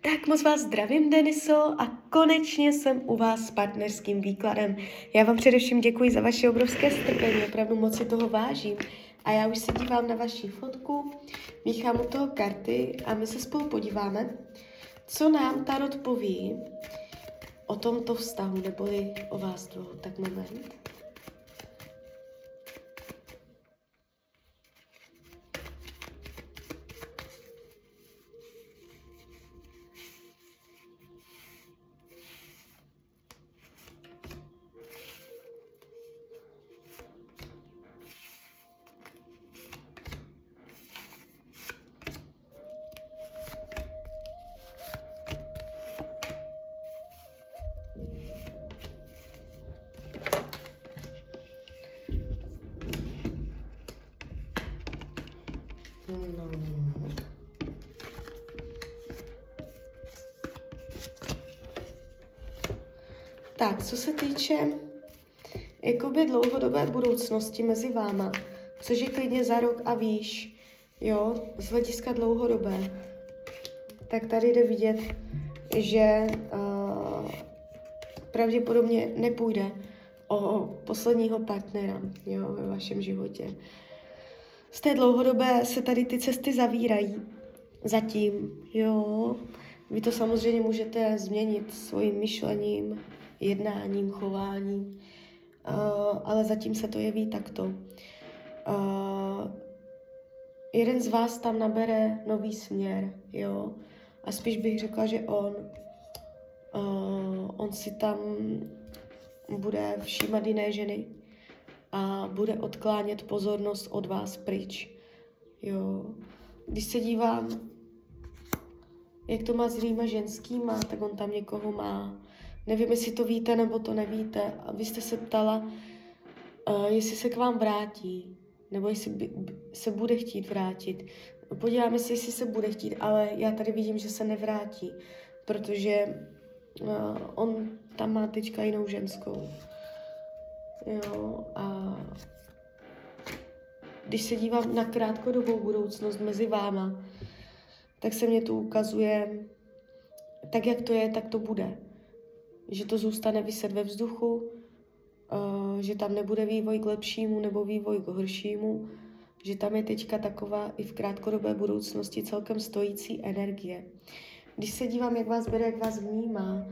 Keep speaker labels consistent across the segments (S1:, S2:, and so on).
S1: Tak moc vás zdravím, Deniso, a konečně jsem u vás s partnerským výkladem. Já vám především děkuji za vaše obrovské strpení, opravdu moc si toho vážím. A já už se dívám na vaši fotku, míchám u toho karty a my se spolu podíváme, co nám tarot poví o tomto vztahu, neboli o vás dvou. Tak moment. No. Tak, co se týče jakoby dlouhodobé budoucnosti mezi váma, což je klidně za rok a výš, jo, z hlediska dlouhodobé, tak tady jde vidět, že pravděpodobně nepůjde o posledního partnera, jo, ve vašem životě. Z té dlouhodobé se tady ty cesty zavírají. Zatím, jo. Vy to samozřejmě můžete změnit svým myšlením, jednáním, chováním, ale zatím se to jeví takto. Jeden z vás tam nabere nový směr, jo. A spíš bych řekla, že on si tam bude všímat jiné ženy a bude odklánět pozornost od vás pryč. Jo. Když se dívám, jak to má s jinýma ženskýma, tak on tam někoho má. Nevím, jestli to víte, nebo to nevíte. A vy jste se ptala, jestli se k vám vrátí, nebo jestli se bude chtít vrátit. Podíváme se, jestli se bude chtít, ale já tady vidím, že se nevrátí, protože on tam má teďka jinou ženskou. Jo, a když se dívám na krátkodobou budoucnost mezi váma, tak se mě tu ukazuje, tak jak to je, tak to bude. Že to zůstane viset ve vzduchu, že tam nebude vývoj k lepšímu nebo vývoj k horšímu, že tam je teďka taková i v krátkodobé budoucnosti celkem stojící energie. Když se dívám, jak vás bere, jak vás vnímá,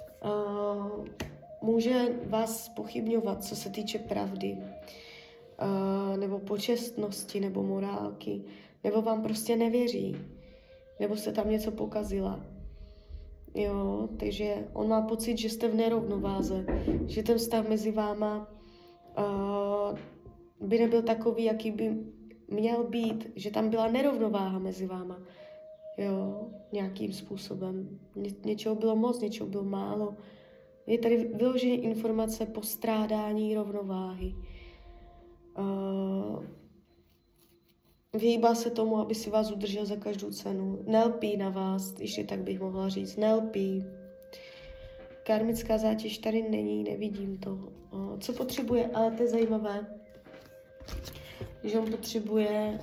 S1: může vás pochybňovat, co se týče pravdy, nebo počestnosti, nebo morálky, nebo vám prostě nevěří, nebo se tam něco pokazila. Jo, takže on má pocit, že jste v nerovnováze, že ten vztah mezi váma by nebyl takový, jaký by měl být, že tam byla nerovnováha mezi váma. Jo, nějakým způsobem. Něčeho bylo moc, něčeho bylo málo. Je tady vyloženě informace postrádání rovnováhy. Vyhýbá se tomu, aby si vás udržel za každou cenu. Nelpí na vás, ještě tak bych mohla říct. Nelpí. Karmická zátěž tady není, nevidím to. Co potřebuje, ale to je zajímavé, že on potřebuje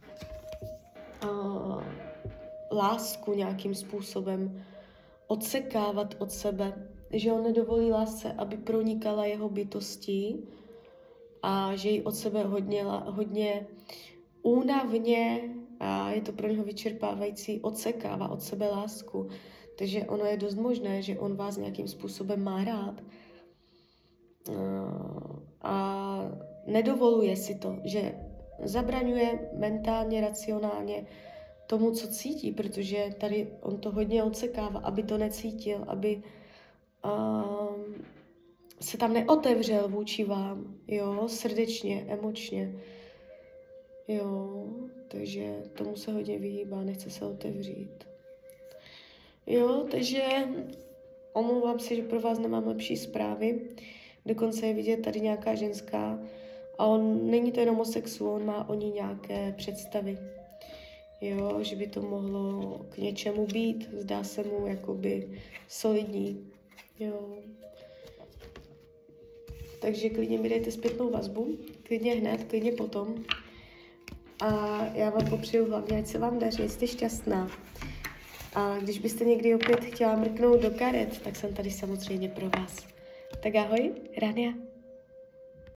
S1: lásku nějakým způsobem odsekávat od sebe, že on nedovolí lásce, aby pronikala jeho bytostí a že ji od sebe hodně únavně, a je to pro něho vyčerpávající, odsekává od sebe lásku. Takže ono je dost možné, že on vás nějakým způsobem má rád a nedovoluje si to, že zabraňuje mentálně, racionálně tomu, co cítí, protože tady on to hodně odsekává, aby to necítil, aby se tam neotevřel vůči vám, jo, srdečně, emočně, jo, takže tomu se hodně vyhýbá, nechce se otevřít. Jo, takže omlouvám se, že pro vás nemám lepší zprávy, dokonce je vidět tady nějaká ženská a on není to jenom o sexu, on má o ní nějaké představy. Jo, že by to mohlo k něčemu být, zdá se mu jakoby solidní, jo. Takže klidně mi dejte zpětnou vazbu, klidně hned, klidně potom. A já vám popřeju hlavně, ať se vám daří, jste šťastná. A když byste někdy opět chtěla mrknout do karet, tak jsem tady samozřejmě pro vás. Tak ahoj, Rania.